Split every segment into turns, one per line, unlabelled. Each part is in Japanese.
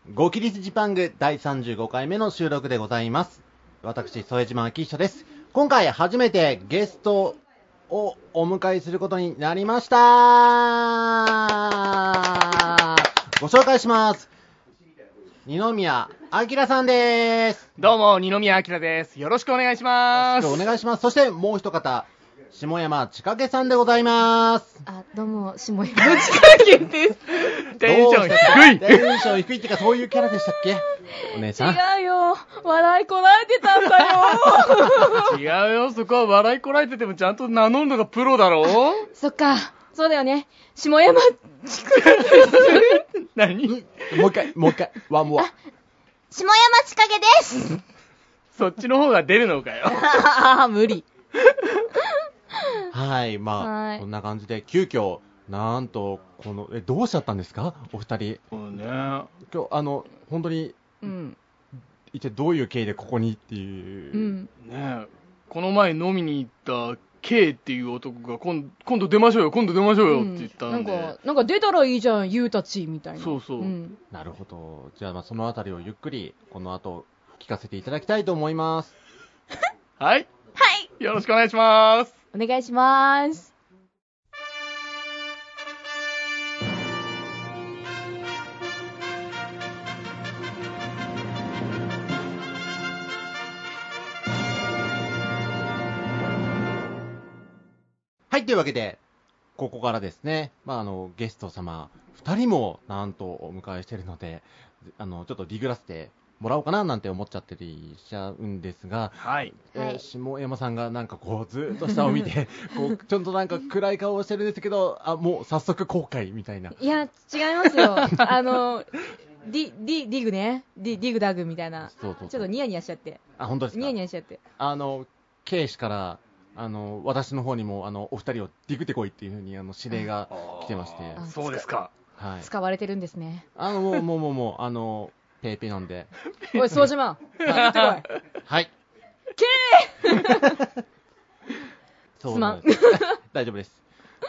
ゴキリスジパング第35回目の収録でございます。私、副島明久です。今回初めてゲストをお迎えすることになりました。ご紹介します。二宮明さんです。
どうも、二宮明です。よろしくお願いします。
よろしくお願いします。そしてもう一方、下山千景さんでございます。
どうも、下山千景です。
テンション低い。
テンション低いっていうか、そういうキャラでしたっけ、お姉さん。
違うよ、笑いこらえてたんだよ。
違うよ、そこは笑いこらえててもちゃんと名乗るのがプロだろう。
そっか、そうだよね。下山千景です。
何？
もう一回、ワンモア。
下山千景です。
そっちの方が出るのかよ。
無理。
はい、
はい
こんな感じで、急遽、なんと、どうしちゃったんですかお二人。
ね、
今日、本当に、一体どういう経緯でここにっていう。
ね、この前飲みに行った K っていう男が今度出ましょうよって言ったんで。
なんか出たらいいじゃん、ゆうたち、みたいな。
そうそう。
なるほど。じゃあ、そのあたりをゆっくり、この後、聞かせていただきたいと思います。
はい。
はい。
よろしくお願いします。
お願いします。
はい、というわけで、ここからですね、ゲスト様、2人もなんとお迎えしているので、ちょっとディグらせてもらおうかななんて思っちゃってりしちゃうんですが、
はい。
下山さんがなんかずーっと下を見て、ちょっとなんか暗い顔をしてるんですけど、もう早速後悔みたいな。
いや、違いますよ。ディグね。ディグダグみたいな。
そう。
ちょっとニヤニヤしちゃって。
本当ですか？
ニヤニヤしちゃって。
K 氏から、私の方にも、お二人をディグってこいっていう風に、指令が来てまして。
そうですか。
はい。
使われてるんですね。
もう、ペーペーなんで。
おい、そうじまん。行ってこい。
はい。
すまん。
大丈夫です。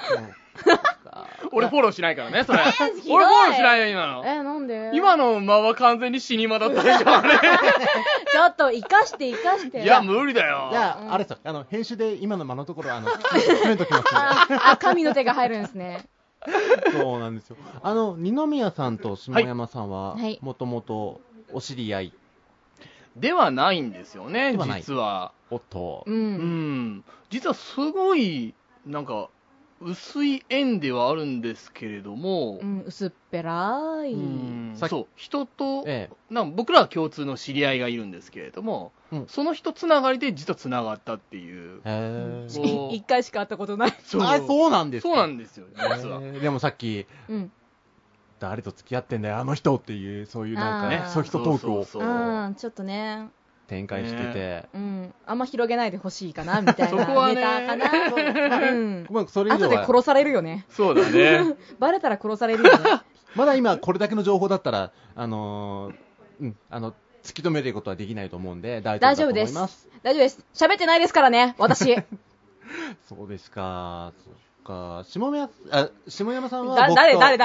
俺フォローしないからね、それ。俺フォローしないよ、今の。
なんで？
今の間は完全に死に間だったでしょ、あれ。
ちょっと、生かして。
いや、無理だよ。
じゃあ、あれですよ、編集で今の間のところ、詰めときますんで。
神の手が入るんですね。
そうなんですよ。二宮さんと下山さんは、もともとお知り合い
ではないんですよね、実は。
おっと。
実はすごい、なんか、薄い縁ではあるんですけれども、
薄っぺらい。
そう、人と、僕らは共通の知り合いがいるんですけれども、その人つながりで実はつながったっていう。
一回しか会ったことない。
そうなんですか。
そうなんですよ、実は。
でもさっき、誰と付き合ってんだよ、あの人っていう、そういうなんかね、そういう人トークを。
ちょっとね。
展開してて、
あんま広げないでほしいかなみたいなネタかな。後で殺されるよね。
そうだね。
バレたら殺されるよね。
まだ今これだけの情報だったら突き止めることはできないと思うんで大丈夫だと思います。
大丈夫です。喋ってないですからね、私。
そうですか。下山さんは僕と
誰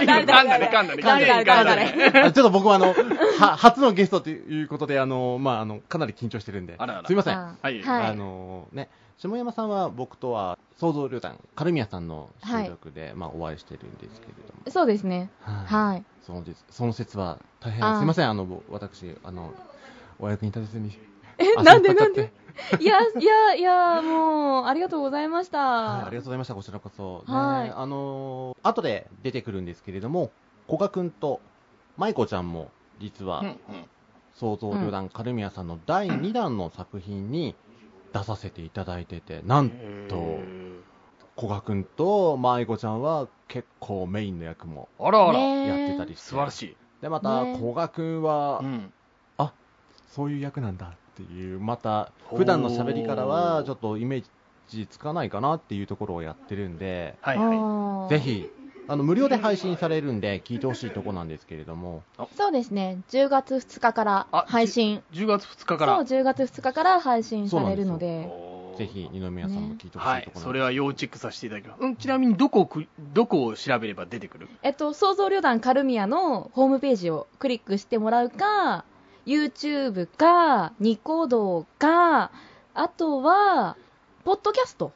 ちょっと僕は初のゲストということでかなり緊張してるんですいません。下山さんは僕とは想像旅団カルミヤさんの収録でお会いしてるんですけれども。
そうですね。はい。
その説は大変すいません。私お役に立てずに。
なんでいや、もう、ありがとうございました。
ありがとうございました、こちらこそ。
はい。
後で出てくるんですけれども、古賀くんと舞子ちゃんも、実は、想像旅団カルミヤさんの第2弾の作品に出させていただいてて、なんと、古賀くんと舞子ちゃんは結構メインの役もやってたりして。
素晴らしい。
で、また、古賀くんは、そういう役なんだっていう、また普段の喋りからはちょっとイメージつかないかなっていうところをやってるんで、ぜひ無料で配信されるんで聞いてほしいところなんですけれども。
そうですね、10月2日から配信。
10月2日から。
そう、10月2日から配信されるので。
ぜひ二宮さんも聞いてほしいところなんです、
はい、それは要チェックさせていただきます。ちなみにどこを調べれば出てくる？
創造旅団カルミアのホームページをクリックしてもらうか、YouTube か、ニコ動か、あとは、ポッドキャスト。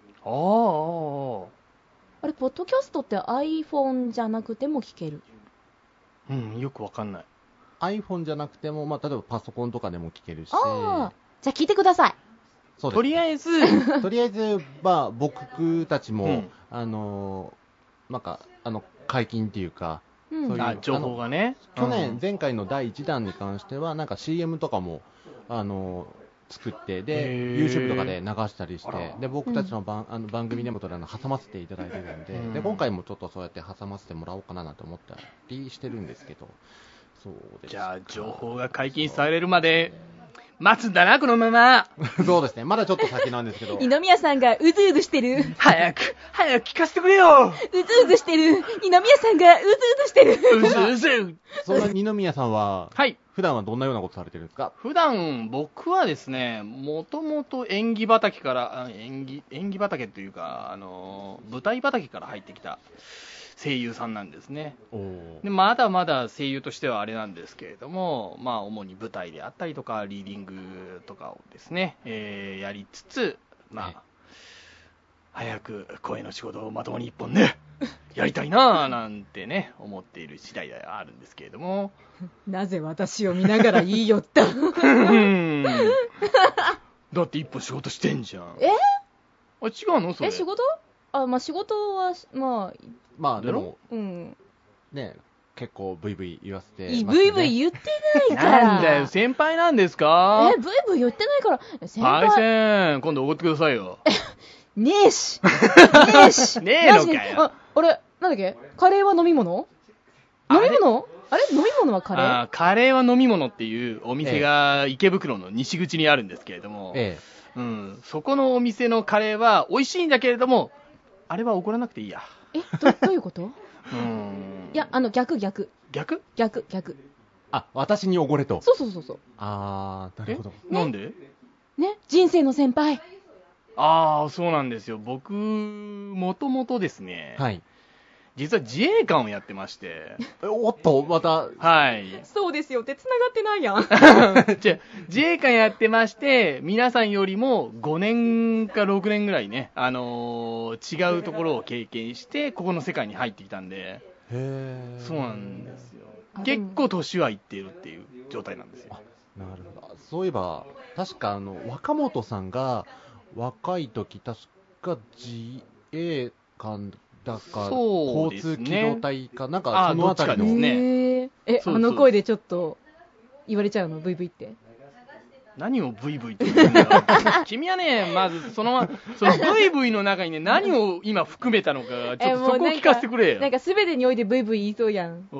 あれ、ポッドキャストって iPhone じゃなくても聞ける？
よくわかんない。
iPhone じゃなくても、例えばパソコンとかでも聞けるし。じゃ
あ聞いてください。
そうです。
とりあえず、
僕たちも、解禁っていうか、
そういう情報がね。
去年、前回の第1弾に関しては、CM とかも、作って、で、YouTube とかで流したりして、で、僕たちの番組でも挟ませていただいてるんで、で、今回もちょっとそうやって挟ませてもらおうかななんて思ったりしてるんですけど、そうです。
じゃあ、情報が解禁されるまで、待つんだな、このまま。
そうですね。まだちょっと先なんですけど。
二宮さんがうずうずしてる。
早く聞かせてくれよ。
うずうずしてる。二宮さんがうずうずしてる。
うずうず。
そんな二宮さんは、
はい。
普段はどんなようなことされてるんですか？
普段、僕はですね、もともと演技畑から、演技畑というか、舞台畑から入ってきた声優さんなんですね。でまだまだ声優としてはあれなんですけれども、主に舞台であったりとかリーディングとかをですね、やりつつ、早く声の仕事をまともに一本ねやりたいなぁなんてね思っている次第ではあるんですけれども、
なぜ私を見ながら言いよっただ
って一本仕事してんじゃん。違うのそれ？
仕事？仕事は
でも、ね、結構ブイブイ言わせてますね。
ブイブイ言ってないから。
なんだよ、先輩なんですか？
ブイブイ言ってないから。
先輩。パイセン、今度おごってくださいよ。
ねえし。ね
えのかよ。
あれ、なんだっけ？カレーは飲み物？飲み物？あれ飲み物はカレー？
カレーは飲み物っていうお店が池袋の西口にあるんですけれども、そこのお店のカレーは美味しいんだけれども、あれは怒らなくていいや。
どういうこと？いや、逆。
逆？
私におごれと。
そう。
なるほど。
なんで？
ね、人生の先輩。
そうなんですよ。僕、もともとですね、
はい。
実は自衛官をやってまして。
おっと、また。
はい。
そうですよって繋がってないやん。
自衛官やってまして、皆さんよりも5年か6年ぐらいね、違うところを経験して、ここの世界に入ってきたんで。そうなんですよ。結構年はいっているっていう状態なんですよ。
なるほど。そういえば、確か若本さんが、若い時、確か自衛官だか、交通機動隊か、そのあたりの。
ね。
声でちょっと言われちゃうの、ブイブイって。
何をブイブイって言うんだよ。君はね、まずそのブイブイの中にね、何を今含めたのか、ちょっとそこを聞かせてくれよ。
全てにおいてブイブイ言いそうやん。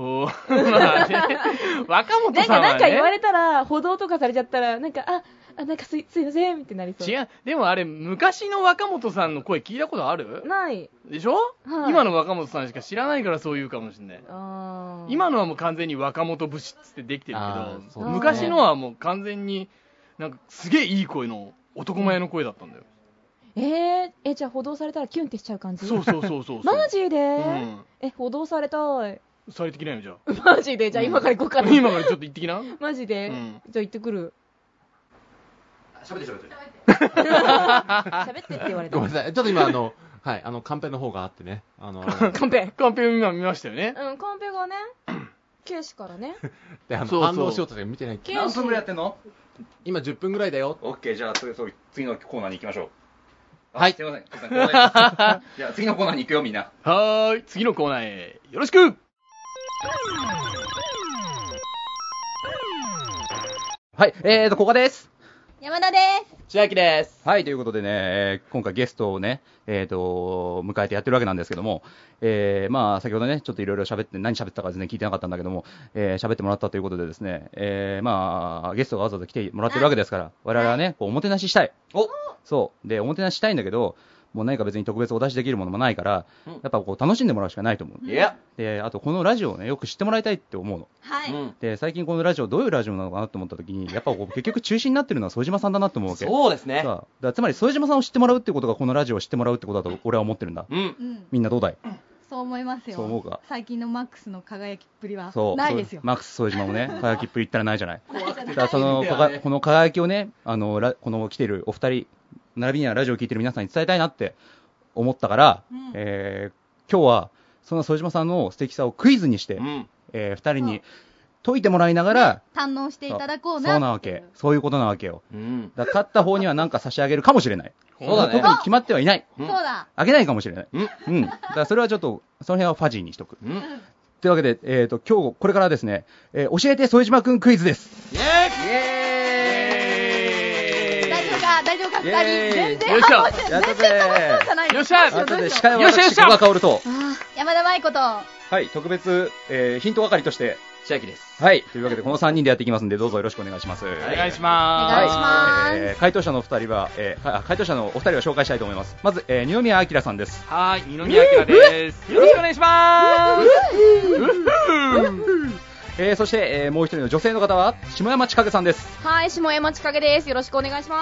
若本さんはね。
なんか言われたら、歩道とかされちゃったら、すいませんってなりそう。
違う。でもあれ、昔の若本さんの声聞いたことある？
ない
でしょ？今の若本さんしか知らないからそう言うかもしれない。今のはもう完全に若本節ってできてるけど、昔のはもう完全にすげえいい声の男前の声だったんだよ。
じゃあ補導されたらキュンってしちゃう感じ？
そう。
マジで？補導されたい。
されてきないよ、じゃ
あ。マジで？じゃあ今から行こうかな。
今からちょっと行ってきな。
マジで？じゃあ行ってくる。
喋って。
喋ってって言われた。
ごめんなさい。ちょっと今カンペの方があってね。
カンペ
今見ましたよね。
カンペがね、ケイシからね。
で、反応しようとして見てない。
何分ぐらいやってんの？
今10分ぐらいだよ。
オッケー、じゃあ次のコーナーに行きましょう。
はい。
すいません。じゃあ次のコーナーに行くよ、みんな。はーい。次のコーナーへ、よろしく。
はい、ここです。
山田です。
千秋です。
はい、ということでね、今回ゲストをね、迎えてやってるわけなんですけども、先ほどね、ちょっといろいろ何喋ったかですね、聞いてなかったんだけども、喋ってもらったということでですね、ゲストがわざわざ来てもらってるわけですから、我々はね、おもてなししたい。そう。で、おもてなししたいんだけど、 もう何か別に特別お出しできるものもないから、やっぱこう楽しんでもらうしかないと思う。で、あとこのラジオをね、よく知ってもらいたいって思うの。
はい。
で、最近このラジオどういうラジオなのかなと思った時に、やっぱこう結局中心になってるのは副島さんだなと思うわけ。
そうですね。
だからつまり副島さんを知ってもらうってことがこのラジオを知ってもらうってことだと俺は思ってるんだ。みんなどうだい？
そう思いますよ。
そう思うか。
最近のマックスの輝きっぷりは
ない
ですよ。
マックス副島もね、輝きっぷり言ったらないじゃない。だからそのこの輝きをね、この来てるお二人、並びにはラジオを聞いてる皆さんに伝えたいなって思ったから、今日はその副島さんの素敵さをクイズにして、二人に解いてもらいながら、
堪能していただこうな。
そうなわけ。そういうことなわけよ。だから勝った方には何か差し上げるかもしれない。
そうだね。
特に決まってはいない。
そうだ。
あげないかもしれない。だからそれはちょっと、その辺はファジーにしとく。というわけで、今日、これからですね、教えて副島くんクイズです。
イエーイ。大丈夫か二人。全然反応してない。全然反応じゃない。
よっしゃ
後で司会は私、古賀薫と。
山田舞子と。
はい、特別、ヒント係として、
千秋です。
はい。というわけで、この3人でやっていきますんで、どうぞよろしくお願いします。お
願いします。
お願いします。
回答者のお二人は紹介したいと思います。まず、二宮明さんです。
はい、二宮明です。よろしくお願いします。
そして、もう一人の女性の方は、下山千景さんです。
はい、下山千景です。よろしくお願いします。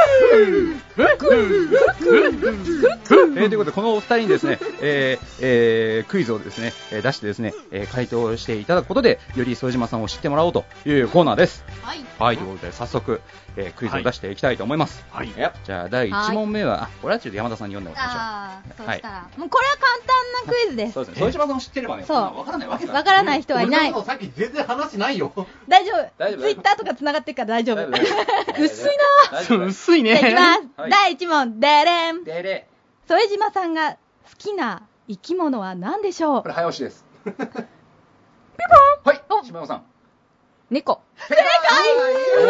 ということで、このお二人にですね、クイズをですね、出してですね、回答していただくことで、より副島さんを知ってもらおうというコーナーです。はい。ということで、早速、クイズを出していきたいと思います。
はい。
じゃあ、第1問目は、これはちょっと山田さんに読んでもらいましょう。
そうしたら、もうこれは簡単なクイズです。
そうですね。副島さんを知ってればね、わからないわけだ。
わからない人はいない。
さっき全然話ないよ。
大丈夫。ツイッターとか繋がってるから大丈夫。薄いな
ぁ。薄いね。
いきます。第1問、でれん。副島さんが好きな生き物は何でしょう？
これ早押しです。ピンポン。はい、下山さん。
猫。
正解。こ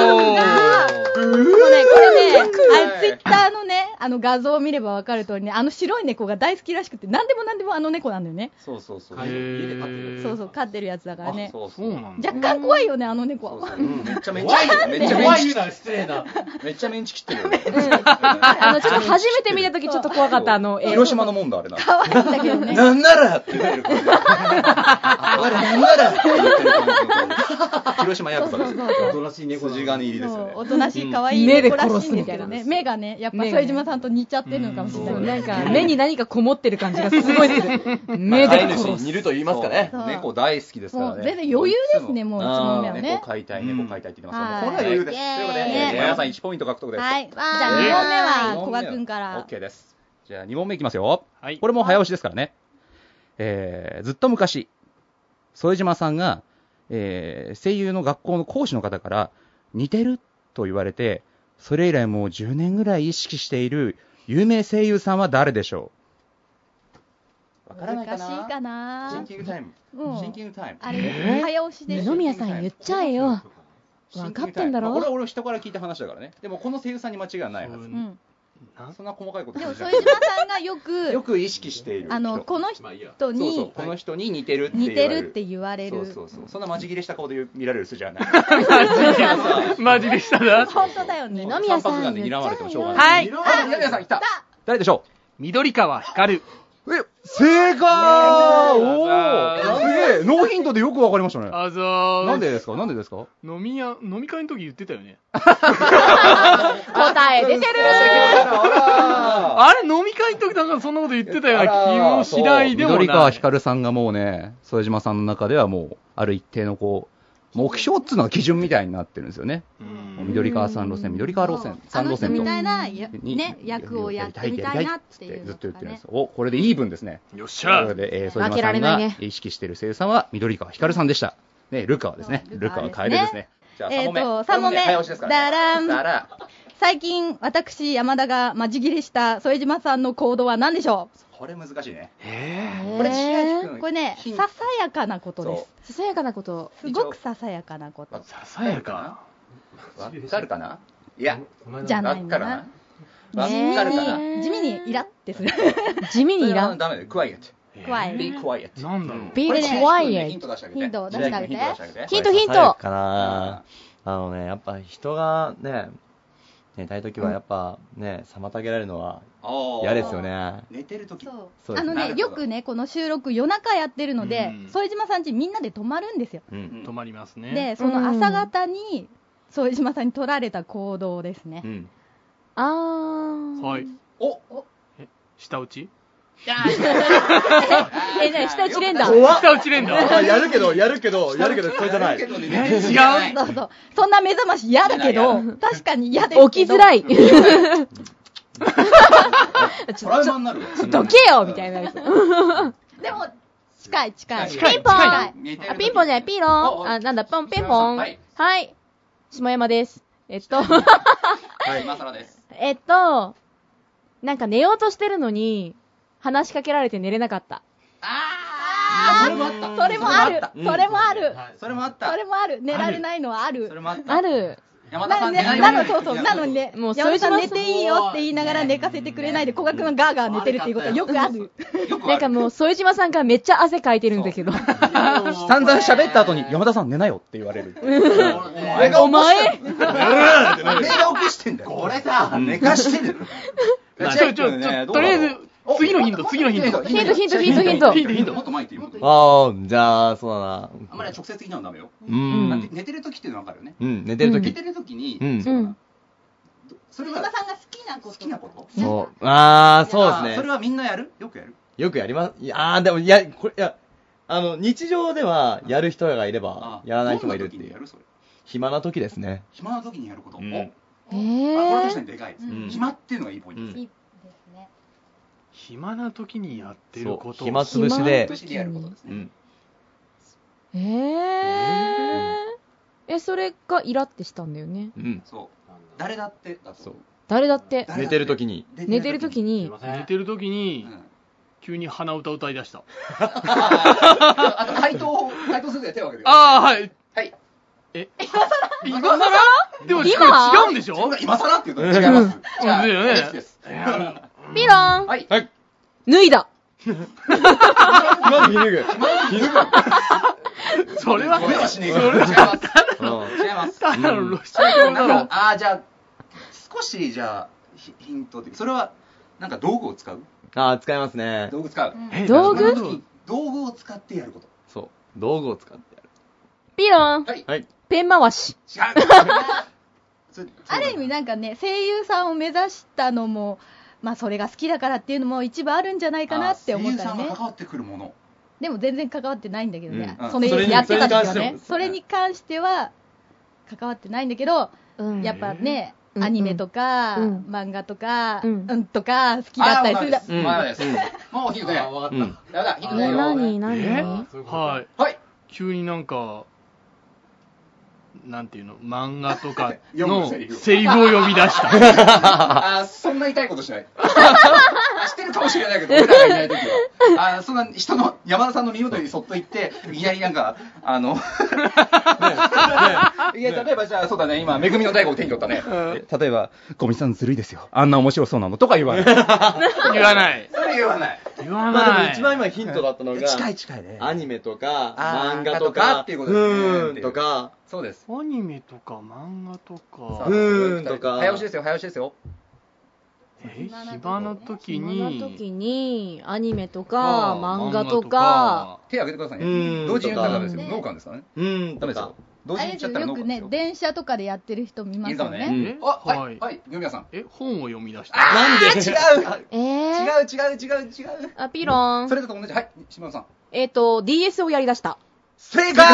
れね、ツイッターのね、画像を見ればわかる通りね、白い猫が大好きらしくて、何でも猫なんだよね。
そう。
家で飼ってる。
そう、飼ってるやつだからね。
そうなんだ。
若干怖いよね、猫は。
めっちゃメンチ切ってる。めっちゃメンチ失礼な。めっちゃメンチ切ってるよね。
ちょっと初めて見たときちょっと怖かった、
広島のもんだ、あれな。
可愛いんだけどね。
なんならって言われる。あれ、なんならって言ってる。広島役とかですよ。
おとなしい猫
筋金入りですよね。
おとなしい可愛い猫らしいんですけどね。目がね、やっぱ副島さんと似ちゃってるのかもしれない。
なんか目に何かこもってる感じがすごいする。目で殺す。
似ると言いますかね。
猫大好きですからね。
全然余裕ですね、もう1問目はね。
猫飼いたいって言ってます。
こ
れは余裕です。ということで、皆さん1ポイント獲得です。
はい。じゃあ2問目は古賀くんから。
OK です。じゃあ2問目いきますよ。これも早押しですからね。ずっと昔、副島さんが声優の学校の講師の方から似てると言われて、それ以来もう10年ぐらい意識している有名声優さんは誰でしょう？わからないかな？
難しいかな？
シンキングタイム。シンキングタイム。
あれ、早押しで。
二宮さん言っちゃえよ。分かってんだろ？
これは俺人から聞いた話だからね。でもこの声優さんに間違いはないはず。そんな細かいこと
でも副島さんがよく
意識している
この人に
この人に似てる
って言われる。
そうそんなマジ切れした顔で見られる筋はない。
マジでしたな。
本当だよね。
二宮さん
言っちゃえよ。はい。二宮さん来た。誰でしょう？
緑川光。
正解。おー、すげえ。ノーヒントでよくわかりましたね。なんでですか？
飲み会の時言ってたよね。
答え出てる。
あれ飲み会の時なんかそんなこと言ってたような気もしないでもない。
緑川光さんがもうね、副島さんの中ではもうある一定の目標っつうのが基準みたいになってるんですよね。緑川さん路線、緑川路線、3路線と。
みたいな役をやってみたいなっていう。
ずっと言ってるんです。これでイーブンですね。
よっしゃ。
負けられないね。意識している声優さんは緑川光さんでした。ね、ルカワですね。ルカワ楓ですね。じゃあ3問目。早押しですからね。だらん。
最近、私、山田がマジ切れした副島さんの行動は何でしょう？
これ難しいね。
これね、ささやかなことです。
ささやかなこと。
すごくささやかなこと。
ささやか？
わかるかな？いや、
じゃないんだな。
わかるかな？
地味にイラってする。
地味にイラ？
ダメだよ。Quiet。Be quiet。
なんだろう。
Be quiet。
ヒント出してあげて。
ヒント出してあげて。
ヒント。
かな。やっぱ人がね、 寝たい時はやっぱね、妨げられるのは嫌ですよね。
寝てる時。
そうですね。よくね、この収録夜中やってるので、副島さん家みんなで泊まるんですよ。
泊まりますね。
で、その朝方に副島さんに取られた行動ですね。
はい。
お
下打ち？
何下打ち連打？
下打ち連打？
やるけど、それじゃない。
違う。
そうそう。そんな目覚まし嫌だけど、確かに嫌ですけど。
起きづらい。
トラウマになるわ。
どけよみたいなやつ。
でも、近い。
ピンポン。あ、
ピ
ピンポンじゃない、ピーロン。あ、なんだ、ピンポン。はい。下山です。
はい、今更です。
なんか寝ようとしてるのに、話しかけられて寝れなかった。
それもあった。
それもある。それもある。
それもあった。
それもある。寝られないのはある。
それもあった。
ある。
山田さん寝ない
なの、そうそう。なのにね、
もう
山田さん寝ていいよって言いながら寝かせてくれないで、古賀くんがガーガー寝てるっていうことはよくある。
なんかもう、副島さんからめっちゃ汗かいてるんだけど。
散々喋った後に、山田さん寝なよって言われる。
お前
目が起こしてんだよ。これさ、寝かしてる。
とりあえず、次のヒント。
ヒント。
もっと前行っていい？
じゃあ、そうだな。
あんまり直接的なのダメよ。寝てる時っていうのは分かるよね。
寝てる時。
寝てる時に、それは、
山田さんが好きなこと。
そう。そうですね。
それはみんなやる？よくやる？
よくやります。でも、日常ではやる人がいれば、やらない人がいるっていう。暇な時ですね。
暇な時にやること。これ確かにでかいです。暇っていうのがいいポイントです。いいですね。
暇な時にやってること。
暇つぶしで
やることですね。
それがイラってしたんだよね。
そう。誰だって
誰だって
寝てる時に
急に鼻歌歌い出した。
あと回答するで手を挙げてください。
はい。
今更
でも違うんでしょ？
今更って言うと違います。
ピロン。
はい。
脱いだ。
なんで脱ぐ？
それは
しねえ。違います。
ただのロシア語だろ。
じゃあ少しじゃあヒント的。それはなんか道具を使う？
使いますね。
道具使う。
道具
を使ってやること。
そう。道具を使ってやる。
ピロン。
はい。
ペン回し。
違う。
ある意味なんかね、声優さんを目指したのも、それが好きだからっていうのも一番あるんじじゃないかなって思ったよね。
声優さんが関わってくるもの。
でも全然関わってないんだけどね。
それ
やってた時はね。それに関しては関わってないんだけど、やっぱね、アニメとか、漫画とか、とか好きだったりする。
もうヒントね。
何
はい。急になんか、なんていうの、漫画とかのセリフを呼び出した。
そんな痛いことしない。してるかもしれないけど、俺らがいないときは。そんな人の、山田さんの身元にそっと行って、いきなりなんか、いや、例えばじゃあ、そうだね、今、めぐみの大悟を手に取ったね。
例えば、小見さんずるいですよ。あんな面白そうなのとか言わない。
言わない。
それ言わない。
言わない。
でも一番今ヒントだったのが、
近いね。
アニメとか、漫画とか、
っていうことですね。
とか、
そうです。
アニメとか漫画とか、
とか。
早押しですよ、早押しですよ。
暇な時に、アニメとか、漫画とか、
手挙げてくださいね。同時に言ったらダメですよ。脳幹ですからね。ダメですよ。同時に言っちゃったら脳幹ですよ。
よくね、電車とかでやってる人見ますよね。
はい、読みさん。
本を読み出した。
なんで違う。違う。
ピロン。
それだと同じ。はい、島田さん。
DS をやり出した。
正解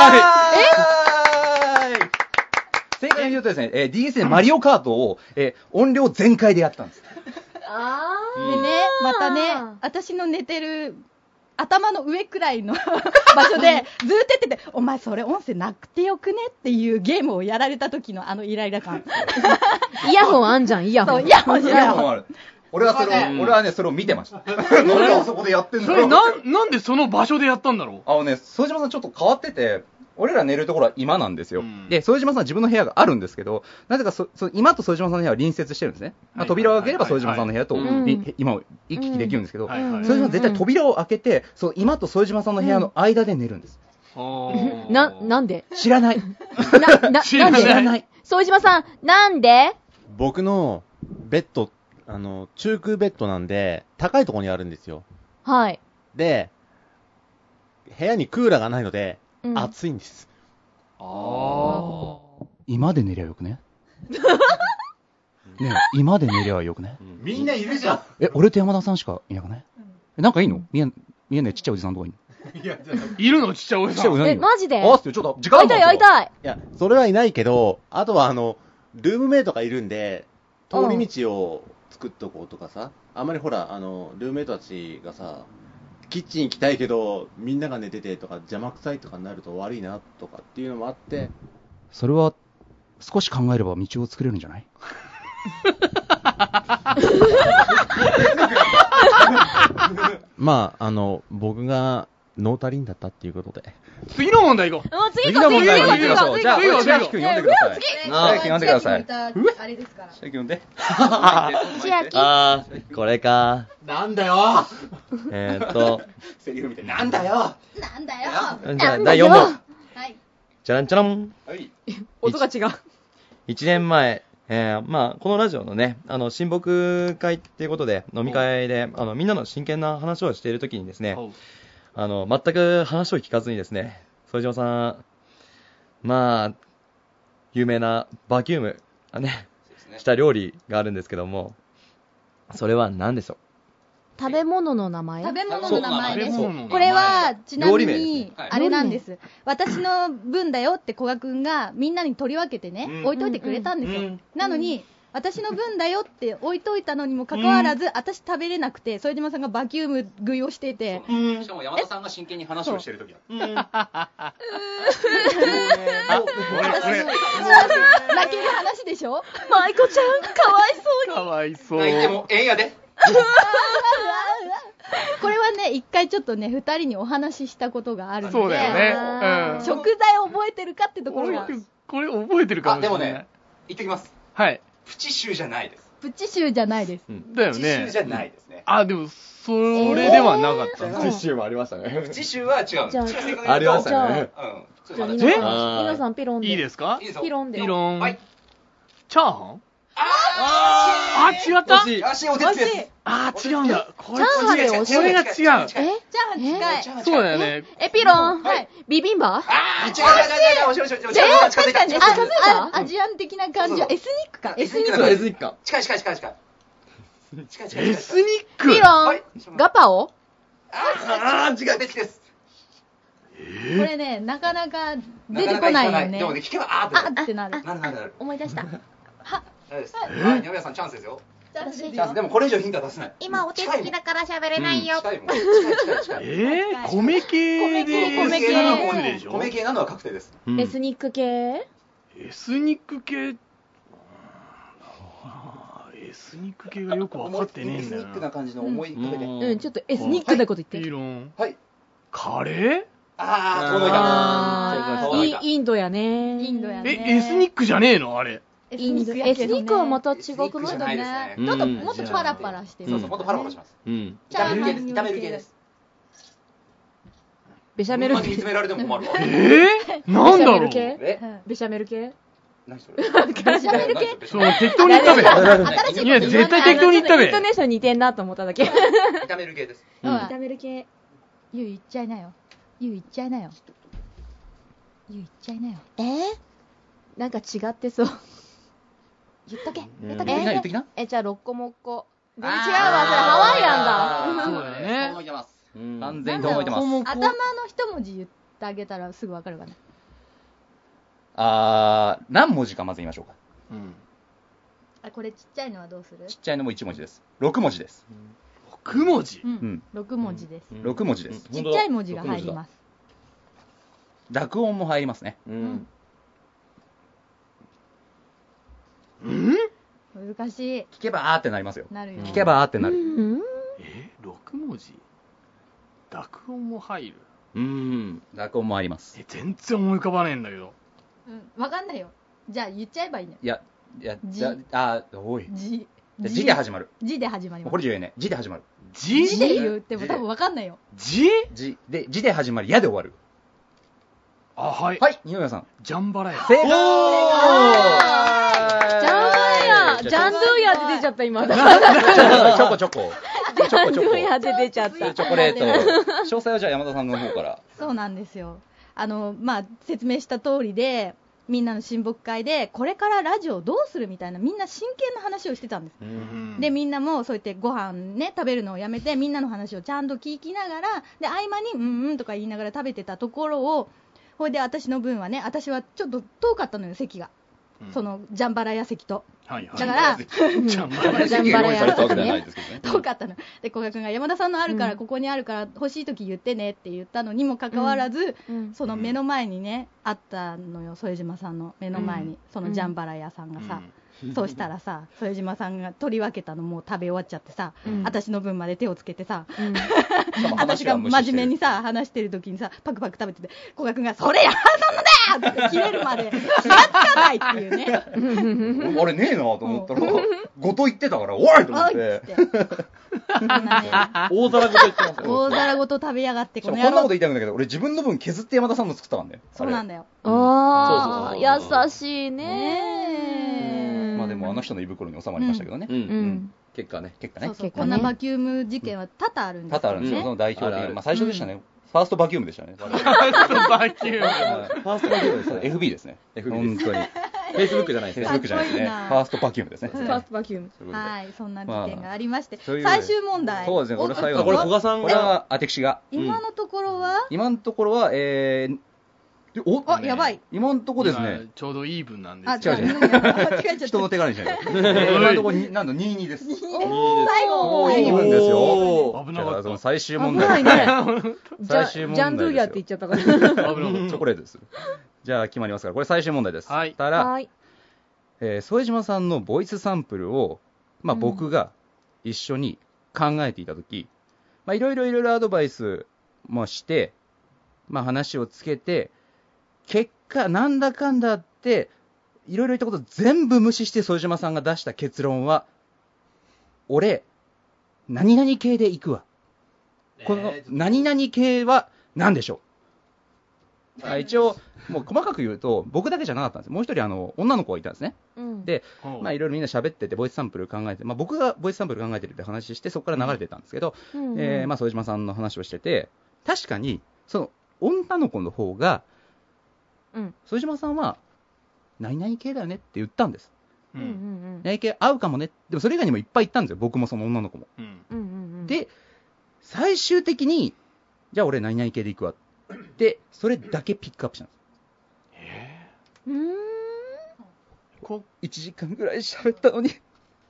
正解の言うとですね、DS でマリオカートを、音量全開でやったんです。
でね、またね、私の寝てる頭の上くらいの場所でずーっとやってて、お前それ音声なくてよくねっていうゲームをやられた時のイライラ感。
イヤホンあんじゃん、イヤホン。
イヤホン
ある。俺はね、それを見てました。
なんでそこでやってんの？
それなんでその場所でやったんだろう？
副島さんちょっと変わってて、俺ら寝るところは居間なんですよ。で、副島さんは自分の部屋があるんですけど、なぜか居間と副島さんの部屋は隣接してるんですね。扉を開ければ副島さんの部屋と今を行き来できるんですけど、副島さんは絶対扉を開けて、居間と副島さんの部屋の間で寝るんです。
なんで？
知らない。
知らない。副島さん、なんで？
僕のベッド、中空ベッドなんで、高いところにあるんですよ。
はい。
で、部屋にクーラーがないので、暑いんです。
今で寝りゃよくねねえ、今で寝りゃよくね
みんないるじゃん。
俺と山田さんしかいなくねなんかいいの見えないちっちゃいおじさんとかいるの
いるのちっちゃいおじさん。
マジで
あ、ちょっと時間あるの
会いたい。
いや、それはいないけど、あとはルームメイトがいるんで、通り道を作っとこうとかさ、あんまりほら、ルームメイトたちがさ、キッチン行きたいけど、みんなが寝ててとか、邪魔くさいとかになると悪いなとかっていうのもあって、
それは、少し考えれば道を作れるんじゃない
まあ、僕がノータリンだったっていうことで。
次の問題行こう。
次の問題行きましょう。じゃあ、千秋君読んでください。千秋読んでください。
あれですから。
千秋読んで。
千秋。
これか。
なんだよ
セ
リフみたいなんだよ
なんだよ
じゃあ、第4問。
はい。
じゃらんちゃらん。
はい。
音が違う。
1年前、まあ、このラジオのね、親睦会っていうことで、飲み会で、みんなの真剣な話をしているときにですね、全く話を聞かずにですね、副島さん、まあ、有名なバキューム、した料理があるんですけども、それは何でしょう？
食べ物の名前？
食べ物の名前です。
こ
これは、ちなみ
料理名
に
ですね、
あれなんです。私の分だよって古賀くんがみんなに取り分けてね、置いといてくれたんですよ。なのに、私の分だよって置いといたのにもかかわらず、私食べれなくて、副島さんがバキューム食いをしていて。
しかも山田さんが真剣に話をしてるときだ。
泣ける話でしょ？
舞子ちゃん、かわいそうに。
かわいそう。
泣いてもええんやで。
これはね、一回ちょっとね、二人にお話ししたことがあるので、
そうだよね。
食材を覚えてるかってところが。
これ覚えてるかもしれない。
でもね、言っときます。
はい。
プチシューじゃないです。
プチシューじゃないです。
だよね。
プチシューじゃないですね。
でも、それではなかったな。
プチシューもありましたね。
プチシューは違う。
じゃあ
ありましたね。
じゃあ、皆さんピロンで。
いいですか？
ピロンで。
ピロン。
はい。
チャーハン？違った？
足お手つきです。
違うんだ。これが違う。
チャーハン近い。
そうだよね。
ピロン。はい。ビビンバ？
違う。
確かに、アジアン的な感じはエスニックか。
エスニックか。
近い。
エスニック。
ピロン。ガパオ？
違う。手つきです。
これね、なかなか出てこないよね。
でもね、聞けば
ってなる。
なる。
思い出した。
大丈夫です。二宮さんチャンスですよ。チャンス。でもこれ以上ヒントは出せない。
今お手つきだから喋れないよ。
近い。
米系で。
米系なのは確定です。
エスニック系？
エスニック系。エスニック系がよく分かってねえんだよな。
エスニックな感じの思いかけて。
ちょっとエスニックなこと言って。
ピロン。
はい。
カレー？
届いた。
インドやね。
エスニックじゃねえのあれ。
エスニックはまた違くない
ね。ちょっともっとパラパラしてる。
そう、もっとパラパラします。炒める系です。
ベシャメル系。
見つめられても困るわ。
なんだろう。
ベシャメル系？
何それ？
ベシャメル系？
そう、適当に言ったべ。いや、絶対適当に言ったべ。
イントネーション似てんなと思っただけ。
炒める系です。
炒める系。
言っちゃいなよ。言っちゃいなよ。
なんか違ってそう。
言っとけ。
言っときな。
じゃあ、ロッコモッコ。全然違うわ、それハワイアンだ。
そうだよね。
完全に覚えてます。
頭の一文字言ってあげたらすぐわかるか
な。何文字かまず言いましょうか。
これちっちゃいのはどうする？
ちっちゃいのも1文字です。6文字です。
6文字
？6文字です。
6文字です。
ちっちゃい文字が入ります。
濁音も入りますね。
難しい。
聞けばってなりますよ。
なるよ。
聞けばってなる。
6文字？濁音も入る？
濁音もあります。
全然思い浮かばねえんだけど。
わかんないよ。じゃあ言っちゃえばいいね。
おい。
字
で始まる。
字で始まります。
これ言えね。字で始まる。
字で言っても多分わかんないよ。
字
で始まり、やで終わる。
はい。
はい、二宮さん。
ジャンバラヤ。
正解。
ジャンバラヤ。 あ、ジャンドゥーヤって出ちゃった、今。
チョコ。
ジャンドゥーヤって出ちゃった。
チョコレート。詳細はじゃあ山田さんの方から。
そうなんですよ。説明した通りで、みんなの親睦会で、これからラジオどうするみたいな、みんな真剣な話をしてたんです。で、みんなもそうやってご飯ね、食べるのをやめて、みんなの話をちゃんと聞きながら、で、合間に、とか言いながら食べてたところを、ほいで私の分はね、私はちょっと遠かったのよ、席が。その、ジャンバラヤ席と。
はいはい、
だから、
ジャンバラヤ席ね。
遠かったの。で、古賀君が山田さんのあるから、ここにあるから欲しい時言ってねって言ったのにもかかわらず、その目の前にね、あったのよ、副島さんの目の前に、そのジャンバラヤさんがさ。そうしたらさ、副島さんが取り分けたのもう食べ終わっちゃってさ、私の分まで手をつけてさ、私が真面目にさ、話してる時にさ、パクパク食べてて、古賀君が、それ山田さんのだよって切れるまで気がつかないっていうね。
あれねえなと思ったら、ごと言ってたから、おいと思って。
大皿ごと言ってますよ。
大皿ごと食べやがって、
こんなこと言いたいんだけど、俺自分の分削って山田さんの作ったからね。
そうなんだよ。
ああ、優しいね。
まあでもあの人の胃袋に収まりましたけどね。
結果ね。
そうこんなバキューム事件は多々あるんですよね。
多々あるんですよ。その代表的な。まあ最初でしたね。ファーストバキュームでしたね。
ファーストバキューム。
ファーストバキュームですね。
FB ですね。
FB
本当に。
Facebook じゃないですね。
Facebook じゃないですね。ファーストバキュームですね。
ファーストバキューム。
はい、そんな事件がありまして、最終問題。
そうですね。これ最後。
これ古賀さん
これは私が。
今のところは？
今のところは
あ、やばい。
今のところですね。
ちょうどイーブンなんです
よ。違う。
人の手柄にしないと。今のところなんと2-2です。
最後。
イーブンですよ。
危なかった。
最終問題。
最終問題。ジャンドゥーヤって言っちゃったから。
チョコレートです。じゃあ決まりますから、これ最終問題です。
はい。
たら、副島さんのボイスサンプルを、まあ僕が一緒に考えていたとき、まあいろいろアドバイスもして、まあ話をつけて、結果、なんだかんだって、いろいろ言ったこと全部無視して副島さんが出した結論は、俺、何々系で行くわ。この何々系は何でしょう。一応、もう細かく言うと、僕だけじゃなかったんです。もう一人女の子がいたんですね。で、まあいろいろみんな喋ってて、ボイスサンプル考えて、まあ僕がボイスサンプル考えてるって話して、そこから流れてたんですけど、まあ副島さんの話をしてて、確かに、その女の子の方が、副島さんは、何々系だよねって言ったんです。何々系合うかもね。でもそれ以外にもいっぱい言ったんですよ。僕もその女の子も。で、最終的に、じゃあ俺何々系で行くわ。で、それだけピックアップしたんです。1時間ぐらい喋ったのに。いっ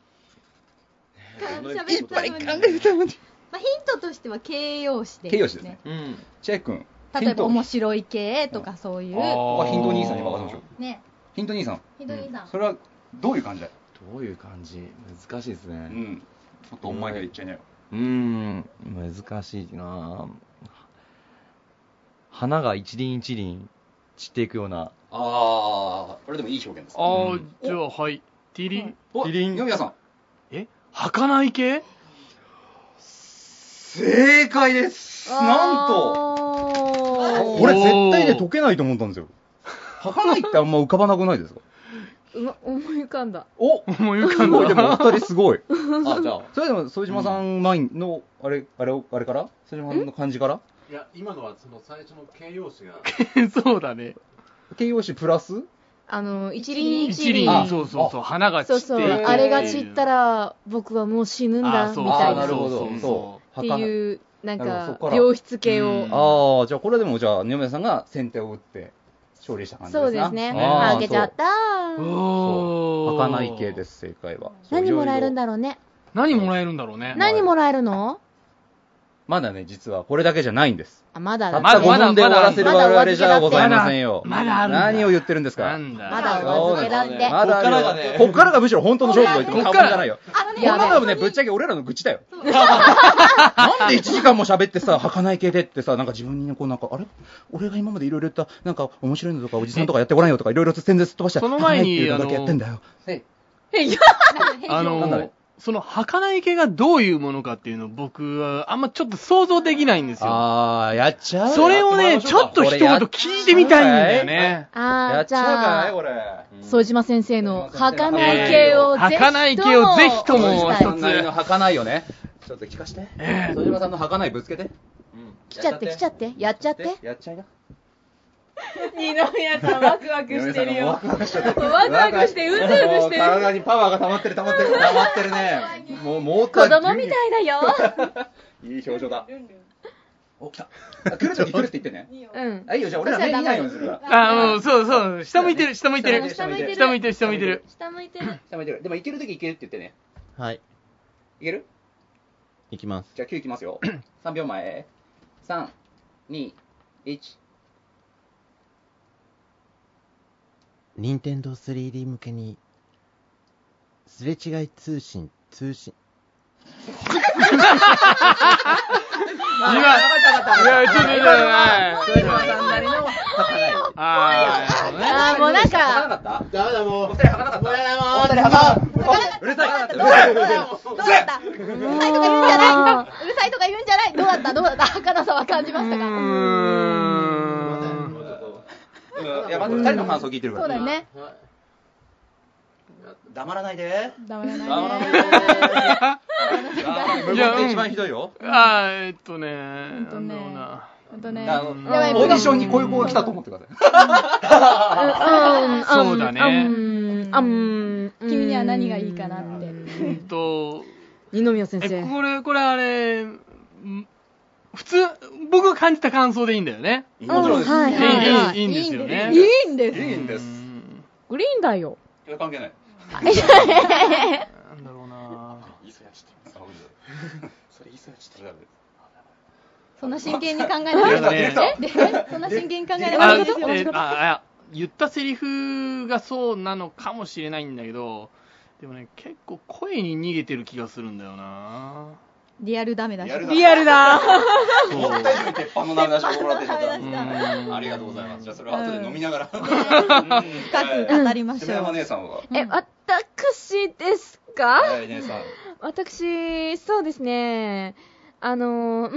ぱい考えたのに。
まあ、ヒントとしては形容詞で。
形容詞ですね。チェイ君。
例えば面白い系とかそういう。
ヒント兄さんに任せましょう。
ね。
ヒント兄さん。それはどういう感じだよ。
どういう感じ？難しいですね。
ちょっとお前が言っちゃいなよ。
難しいな。花が一輪一輪散っていくような。
これでもいい表現です。
じゃあはい。ティリン。
四宮さん。
儚い系？
正解です。なんと。俺絶対ね解けないと思ったんですよ。儚いってあんま浮かばなくないですか？
思い浮かんだ。
思い浮かんだ。
でもお二人すごい。
じゃあ。
それでも副島さん前のあれから副島さんの感じから？
いや今のはその最初の形容詞が。
そうだね。
形容詞プラス？
一輪一輪。
そう花が散って。
そうあれが散ったら僕はもう死ぬんだみたいな。
なるほど。
っていうなんか良質系を。
じゃあこれでもじゃあ二宮さんが先手を打って勝利した感じですね。
そうですね。負けちゃった。
儚い系です正解は。
何もらえるんだろうね。
何もらえるんだろうね。
何もらえるの？
まだね実はこれだけじゃないんです。
まだ
たった5分で終わらせる我々じゃございませんよ。
まだある。
何を言ってるんですか。
まだお預けだって。
まだこっからがむしろ本当の勝負と言っても過言じゃないよ。こんなのねぶっちゃけ俺らの愚痴だよ。なんで1時間も喋ってさ儚い系でってさなんか自分にこうなんかあれ俺が今までいろいろ言ったなんか面白いのとかおじさんとかやってごらんよとかいろいろ宣伝すっ飛ばして
その前に
だけやってんだよ。
なんだろう。 その儚い系がどういうものかっていうのを僕はあんまちょっと想像できないんですよ。
やっちゃう。
それをね、ちょっと一言聞いてみたいんだよね。
やっちゃうかいこれ。
副島先生の儚い系をぜひとも、
儚い系をぜひとも一つ。
儚いよね。ちょっと聞かして。副島さんの儚いぶつけて。
来ちゃって、やっちゃって。
やっちゃいな。
二宮さんワクワクしてるよ。
ワクワクしてる。
ワクワクして、うずうずしてる。
体にパワーが溜まってるね。もう
子供みたいだよ。
いい表情だ。お、来た。来るとき来るって言ってね。
うん。
いいよ、じゃあ俺ら目見ないようにするから。
もう、そう。下向いてる。
下向いてる。
でも行けるとき行けるって言ってね。
はい。
いける？
いきます。
じゃあ9いきますよ。3秒前。3、2、1。
任天堂 3D 向けにすれ違い通信
今、いや、ちょっ
ともうなんか、
ダメだもう。お二人はかなかった。うるさい。
どうだったうるさいとか言うんじゃないどうだった儚さは感じましたか
いや、まず2人の感想聞いてるから。
そうだね。
黙らないで。
黙らない
で。いや、一番ひどいよ。
オー
ディションにこういう子が来たと思ってくださ
い。そうだね。
君には何がいいかなって。
二宮先生。
これあれ、普通、僕が感じた感想でいいんだよね。
もちろんです。
いいんですよね。
いいんです。
グリーンだよ。
いや、関係ない。
なんだろうな。
そんな真剣に考えなかったそんな真剣に考えなかった
言ったセリフがそうなのかもしれないんだけど、でもね、結構声に逃げてる気がするんだよな。
リアルダメだし。
リアルだ。
思った以上に鉄板のダメ出しをもらってしまった。ありがとうございます。じゃあそれは後で飲みながら。
深く語りましょう。
山姉さんは。
私ですか？
はい、姉さん。
私、そうですね。
一言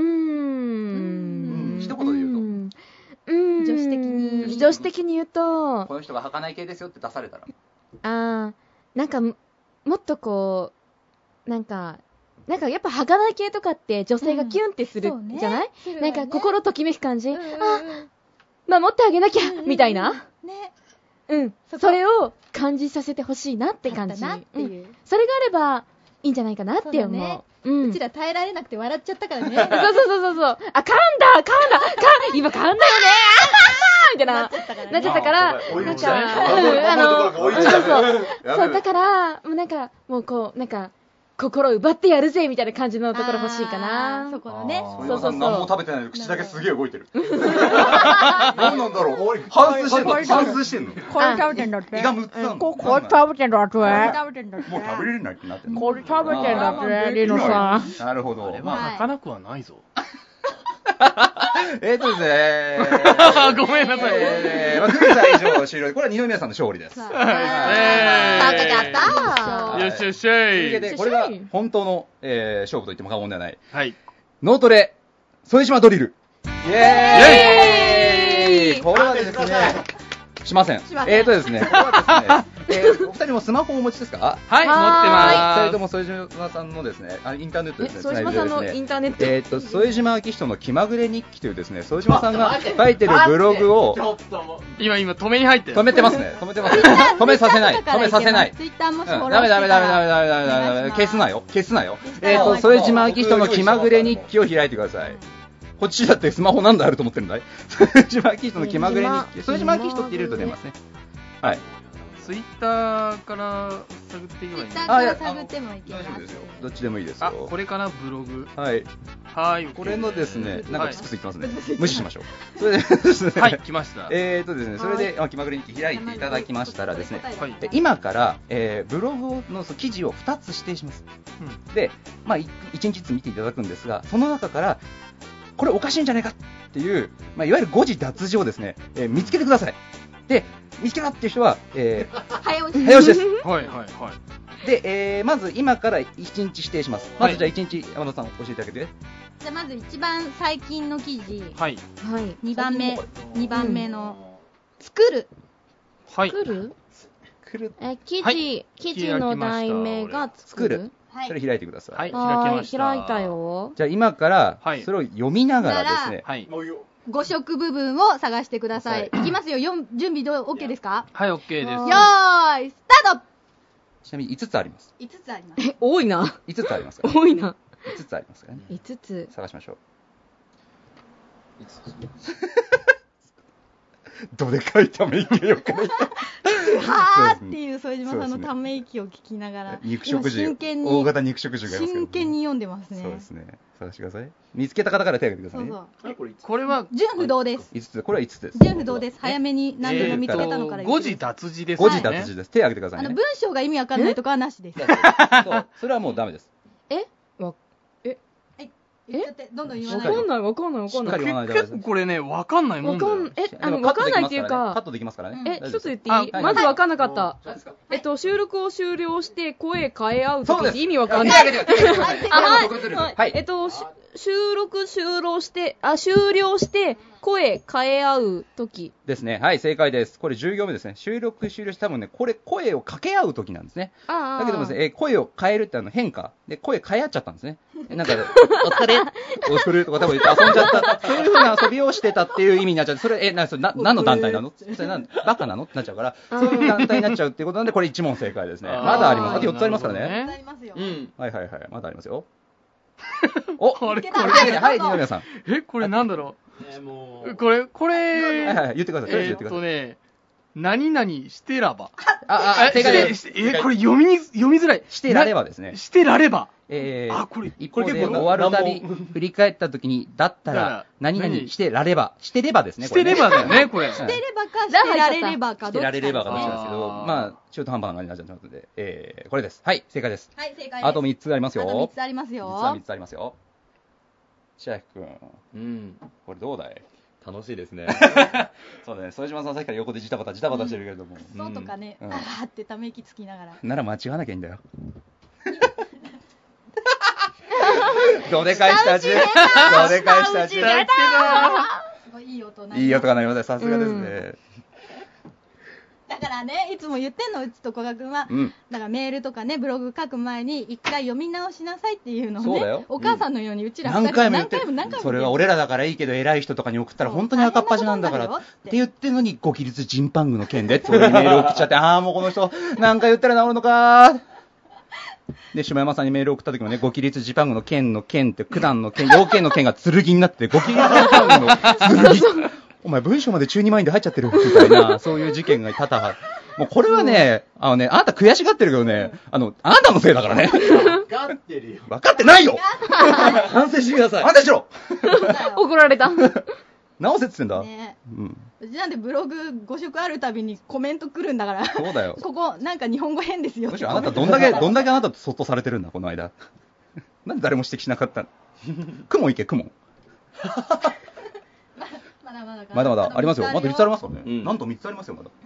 で言うと。
女子的に言うと、
この人が儚い系ですよって出されたら。
なんか、もっとこう、なんかやっぱ儚い系とかって女性がキュンってするじゃない？なんか心ときめく感じ。守ってあげなきゃみたいな。それを感じさせてほしいなって感じ。それがあればいいんじゃないかなって思う。
うちら耐えられなくて笑っちゃったからね。
そう。噛んだ今噛んだよねみたいな。なっちゃったから、そう、だから、もうこう、心奪ってやるぜみたいな感じのところ欲しいかな。
そこのね。
そう何も食べてないのに口だけすげえ動いてる。何なんだろう。反芻してんの。
これ食べてんだって。
胃が6つなの。
これ食べてんだって。もう
食べれないってなってんの。
これ食べてんだって、リノさん。
なるほど。
儚くはないぞ。
ですね。
ごめんなさい。
クイズは以上終了。これは二宮さんの勝利です。
よ
しよしよし。
これが本当の勝負と言っても過言ではない。
はい。
脳トレ、副島ドリル。イエーイ！これはですね、しません。ですね、これはですね、お二人もスマホをお持ちですか？
はい、持ってます。
それとも副島さんのですね、インターネットですね、
副島さんのインターネット。
副島明人の気まぐれ日記というですね、副島さんが書いてるブログを、
今止めに入ってる。
止めてますね。止めさせない。
ツイッターもフォロー
ダメ。消すなよ。副島明人の気まぐれ日記を開いてください。こっちだってスマホ何台あると思ってるんだい？副島明人の気まぐれ日記。副島明人って入れると出ますね。はい。
ツイッターから探っていけばいいんですか？
探ってもいけます。
大丈夫ですよ。どっちでもいいですよ。
これかな、ブログ。
はい。これのですね、なんかクスクス言ってますね。無視しましょう。それでですね。
はい、来ました。
ですね、それで気まぐれ日記開いていただきましたらですね、今からブログの記事を2つ指定します。で、1日ずつ見ていただくんですが、その中からこれおかしいんじゃないかっていう、いわゆる誤字脱字をですね、見つけてください。で、見つけたっていう人は、
早押し
です。 で、まず今から1日指定します。まずじゃあ1日、山田さん教えてあげて。
じゃあまず一番最近の記事。
はい。
2番目の、作る。
はい。
作る記事の題名が
作る。それ開いてください。
はい、開きました。
開いたよ。
じゃあ今から、それを読みながらですね。
はい。
5色部分を探してください。いきますよ。準備OK ですか？
はい、OK です。
よーい、スタート。
ちなみに5つあります。
5つあります。
多いな。
5つありますから。
多いな。
5つありますからね。
5つ。
探しましょう。どでかいため息よくない
はーっていう副島さんのため息を聞きながら、
肉食獣、大型肉食獣がいますけど、
真剣に読んでますね。
そうですね。探してください。見つけた方から手を挙げてくださいね。
そう
これは
純不動です。
5つ、これは5つです。
純不動です。早めに何でも見つけたのから
誤字脱字です
ね。誤字脱字です。手を挙げてくださいね。
文章が意味わかんないとかはなしです。
それはもうダメです。
言っちゃって、どんどん言わない。
わかんない。
結構これね、わかんないもんだよ。
わかんないっていうか、
カットできますからね。
一つ言っていい？まずわかんなかった。収録を終了して声変え合うときって意味わかんない。はい。収録終了して声変え合うとき
ですね。はい、正解です。これ10行目ですね。収録終了して多分ね、これ声を掛け合うときなんですね。だけどもですね、声を変えるって変化で声変え合っちゃったんですね。なんかお疲れとか多分言って遊んじゃった。そういう風な遊びをしてたっていう意味になっちゃう。それ何の団体なの？それバカなのってなっちゃうから、そういう団体になっちゃうっていうことなんでこれ1問正解ですね。まだあります。あと4つありますからね。
ありますよ。
はい、まだありますよ。お、
これ
はい、二宮さん。
これなんだろう。これ
はい、言ってください。
何々してらば。
正解です。
これ読みづらい。
してらればですね。
してられば。
これ一方で終わるたび振り返ったときに、だったら、何々してられば。してればですね。
してればだよね、これ。
してればか、してられればか。
してられればかどっちなんですけど、まあ、中途半端な感じになっちゃってますので、これです。はい、正解です。
はい、正解です。
あと3つありますよ。
あと3つありますよ。
実は3つありますよ。千秋くん。これどうだい？
楽しいですね。
そうだね。副島さんさっきから横でジタバタしてるけれども。
そうとかね、あーってため息つきながら。
なら間違わなきゃいいんだよ。どでかい下地。どでかい下地。す
ごいいい音
いい音が鳴りました。さすがですね。
だからね、いつも言ってんの、うちと古賀くんは。だからメールとかね、ブログ書く前に一回読み直しなさいっていうのをね、お母さんのようにうちら
何回も言ってる。それは俺らだからいいけど、偉い人とかに送ったら本当に赤っ端なんだからって言ってんのに、ご起立ジンパングの件でって俺にメール送っちゃって、もうこの人、何回言ったら治るのかで、下山さんにメール送った時もね、ご起立ジパングの剣って九段の剣、要件の剣が剣になって、ご起立ジパングの剣。お前文章まで中二マインで入っちゃってるみたいな、そういう事件が多々ある。もうこれはね、あなた悔しがってるけどね、あなたのせいだからね。
分かってるよ。
分かってないよ。
反省してください。
反省しろ。
怒られた。
直せっつってんだ。
うちなんでブログ5色あるたびにコメント来るんだから。そうだよ。ここなんか日本語変ですよ。
むしろあなたどんだけあなたとそっとされてるんだこの間。なんで誰も指摘しなかったの。クモン行けクモン。まだまだありますよ。まだ3つありますからね。なんと3つありますよまだ。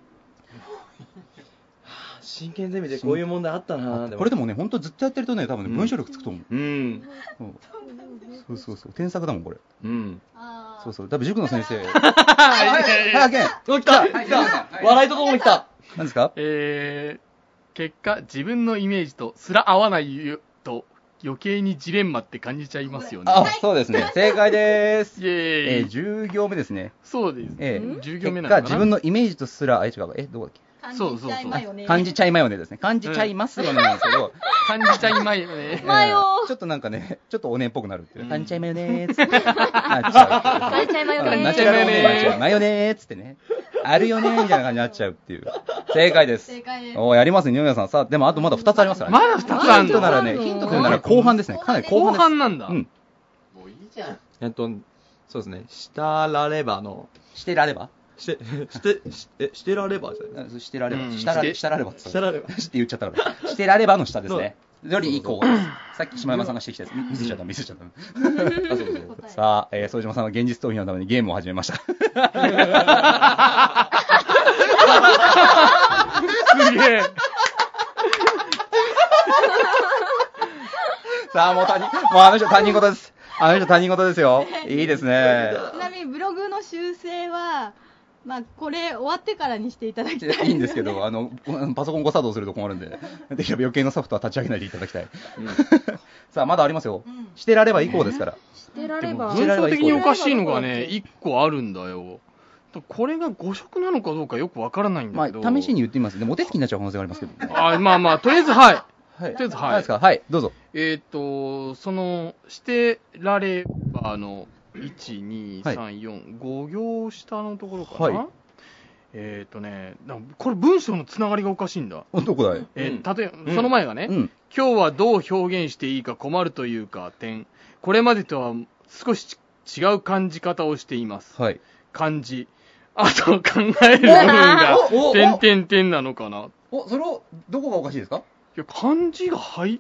真剣ゼミでこういう問題あったな。
これでもね本当ずっとやってるとね多分ね文章力つくと思う。そう添削だもんこれ。そう多分塾の先生。早く。
来た。笑いとともに来た。
何ですか？
結果自分のイメージとすら合わないと余計にジレンマって感じちゃいますよね。
そうですね。正解です。
イエーイ。
10行目ですね。
そうです。10行目なのかな。
結果自分のイメージとすら違う。どこだっけ？
そう。
感じちゃいマヨネですね。感じちゃいますよねなんですけど。
感じちゃいマヨネ。
ちょっとなんかね、ちょっとおねっぽくなるっていう。感じちゃいマヨネーつって。なっちゃう。
感じちゃいマヨネー。
ナチュラルおねえマヨネーつってね。あるよねみたいな感じになっちゃうっていう。正解です。やりますね、二宮さん。さあ、でもあとまだ2つありますからね。
まだ2つある
ヒントならね、ヒントくるなら後半ですね。かなり後半
なんだ。
もういいじゃん。そうですね。したらればの。
してられば
してらればじゃない。
してられば。したられば。
したられば。
って言っちゃったから。してらればの下ですね。より以降です。さっき島山さんがしてきたやつ。見せちゃった。さあ、副島さんは現実逃避のためにゲームを始めました。
すげえ。
さあ、もうあの人他人事です。あの人他人事ですよ。いいですね。
ちなみにブログの修正は、まあ、これ終わってからにしていただきたい。
いいんですけど、パソコン誤作動すると困るんで、できれば余計なソフトは立ち上げないでいただきたい。さあ、まだありますよ。してられば以降ですから。
してられば。
文章的におかしいのがね、1個あるんだよ。これが誤植なのかどうかよくわからないんだけど。
まあ、試しに言ってみます。でもお手つきになっちゃう可能性がありますけど、ね。
まあ、とりあえず、はい。
はい。
とりあえず、はい。
はいですか。はい、どうぞ。
してらればの、1、2、3、4、5行下のところかな。はい。これ文章のつながりがおかしいんだ。
どこだい？
例えば、その前がね、今日はどう表現していいか困るというか、これまでとは少し違う感じ方をしています。
はい。
漢字。あと考える部分が、点なのかな。
それを、どこがおかしいですか？
いや、漢字が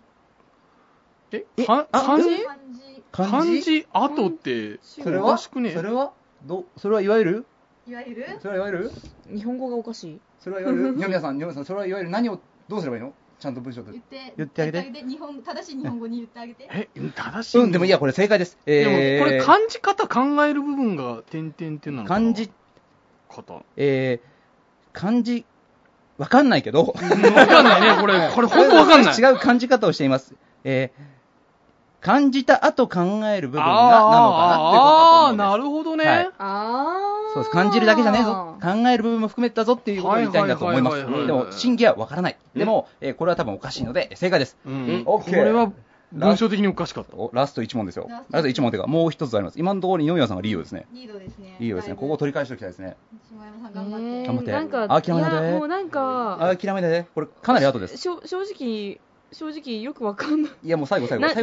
漢字後って、おかしくね？
それはいわゆる
それはいわゆる日本語がおかしい？
それはいわゆる二宮さん、それはいわゆる何をどうすればいいの？ちゃんと文章で言ってあげて。
正しい日本語に言ってあげて。
正しい。
でもいや、これ正解です。
でも、これ漢字方考える部分が点なのかな？
漢字
方。
漢字、わかんないけど。わ
かんないね、これほんとわかんない。
違う漢字方をしています。感じた後考える部分がなのかなっていうことだと思うんです。
なるほどね。
そうです。感じるだけじゃねえぞ。考える部分も含めたぞっていうことを言いたいんだと思います。でも、真偽はわからない。でも、これは多分おかしいので、正解です。
これは文章的におかしかった。
ラスト1問ですよ。ラスト1問というか、もう一つあります。今のところ二宮さんがリードですね。
リードですね。
リードですね。ここを取り返しておきたいですね。
下山さん頑張って。
頑張って。
なんか、
諦めないで。
もうなんか、
諦めないで。これかなり後です。
正直よくわかんない。
いや、もう最後の方。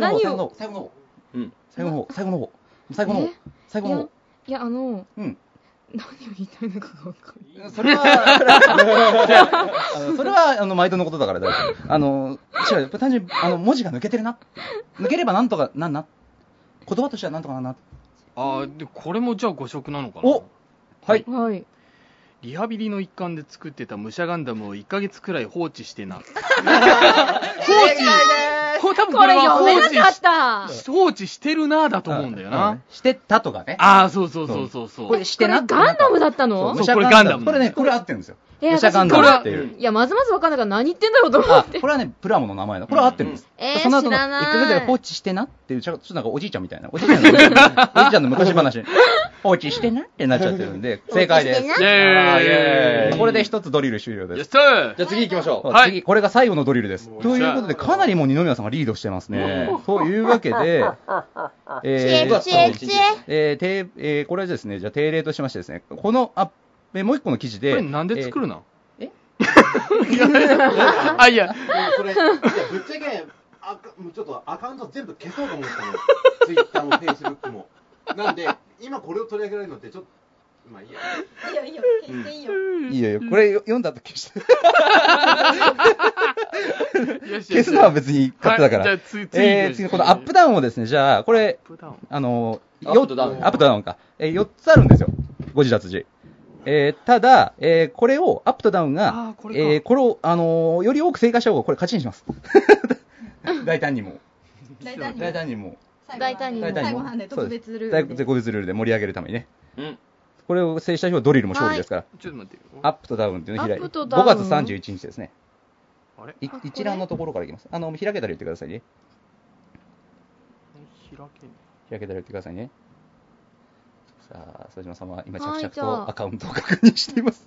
いや、何を言いたいのかがわかんない。
それは、毎度のことだから大丈夫。違う、単純に、文字が抜けてるな。抜ければなんとかなんな。言葉としてはなんとかなんな。
で、これもじゃあ誤植なのかな？
はい。
はい。
リハビリの一環で作ってた武者ガンダムを1ヶ月くらい放置してな。多分これは放置してるなだと思うんだよな。
してたとかね。
そう。
これしてな。
ガンダムだったの？
そう、これガンダム。
これね、これ合ってるんですよ。
武者ガンダムっていう。いや、まずわかんないから何言ってんだろうと思って。
これはね、プラモの名前だ。これは合ってるんです。その後の
知らない。
1ヶ月で放置してなっていう、ちょっとなんかおじいちゃんみたいな。おじいちゃんの昔話。放置してなってなっちゃってるんで、正解です。これで一つドリル終了です。
じゃ
あ次行きましょう。
次、これが最後のドリルです。ということで、かなりもう二宮さんがリードしてますね。というわけで、これですね、じゃあ定例としましてですね、このもう一個の記事で。
これなんで作るの？
いや、これ、ぶっちゃけ、ちょっとアカウント全部消そうと思ったの。ツイッターもフェイスブックも。なんで、今これを取り上げられるのってちょっと、まあいいや。
いいよ、消していいよ。
いいよ、これ読んだと消して。消すのは別に勝手だから。
じゃあ次、
このアップダウンをですね、じゃあ、これ、アップダウンか。4つあるんですよ。誤字脱字。ただ、これを、アップとダウンが、これを、より多く正解した方が、これ勝ちにします。大胆にも。
最後なんで特別ルールで。
特別ルールで盛り上げるためにね。これを制した人はドリルも勝利ですから。
ちょっと待ってよ。
アップとダウンっていうのを開いて、5月31日ですね。一覧のところからいきます。開けたら言ってくださいね。開けたら言ってくださいね。さあ、副島さんは今着々とアカウントを確認しています。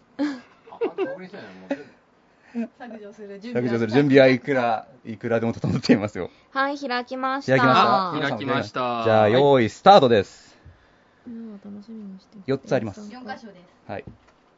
削除する
準備はいくらでも整っていますよ。
はい、開きました。
開きました。
じゃあ、用意スタートです。
楽しみにして
4つあります。
4箇所です。
はい。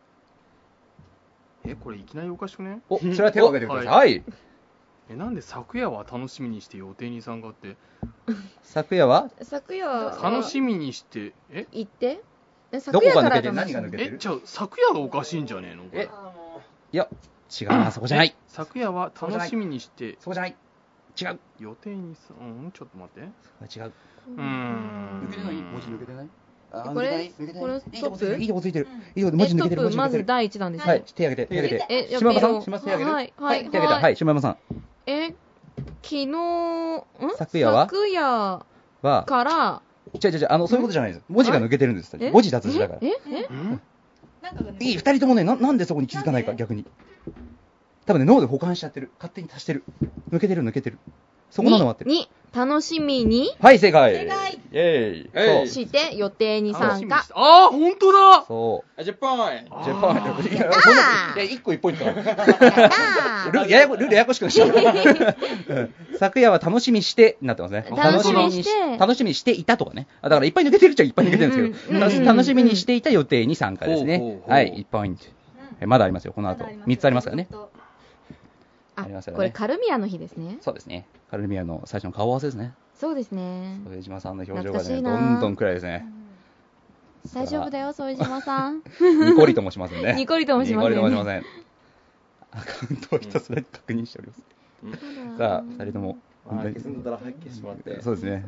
これいきなりおかしくね？
それは手を挙げてください。
なんで昨夜は楽しみにして予定に参加って。
昨夜は
楽しみにして、
行って
どこが抜けて何が抜けてる？
じゃあ昨夜がおかしいんじゃねえの？
いや、違うな、そこじゃない。
昨夜は楽しみにして、
そこじゃない。違う。
予定にちょっと待って。
違う。
抜けてない？文字抜けてない？
これストップ？
いいとこついてる。いいとこ文字抜けてる。
まず第一弾です。
はい、手挙げて。下山さん、手挙げて。はい、下山さん。
昨
夜は
から
違う、そういうことじゃないです。文字が抜けてるんです。文字脱字だから。いい、二人ともね、なんでそこに気づかないか、逆に。多分ね、脳で保管しちゃってる。勝手に足してる。抜けてる。そこなの待ってる。
に、楽しみに。
はい、正解。イェーイ。
して予定に参加。
あー、ほんとだ。
そう。
10ポイント。
10ポイント。いや、1個1ポイントだ。ルールややこしくなっちゃう。昨夜は楽しみにしてになってますね。楽しみにしていたとかね。だからいっぱい抜けてるっちゃいっぱい抜けてるんですけど、楽しみにしていた予定に参加ですね。はい、1ポイント。まだありますよ、この後。3つありますからね。
あ、これカルミアの日ですね。
そうですね。カルミアの最初の顔合わせですね。
そうですね。
副島さんの表情がね、どんどん暗いですね。
大丈夫だよ、副島さん。
ニコリともしませんね。
ニコリともしません。
アカウントをひたすら確認しております。さあ、2人とも。
消すんだったら消してもらって。
そうですね。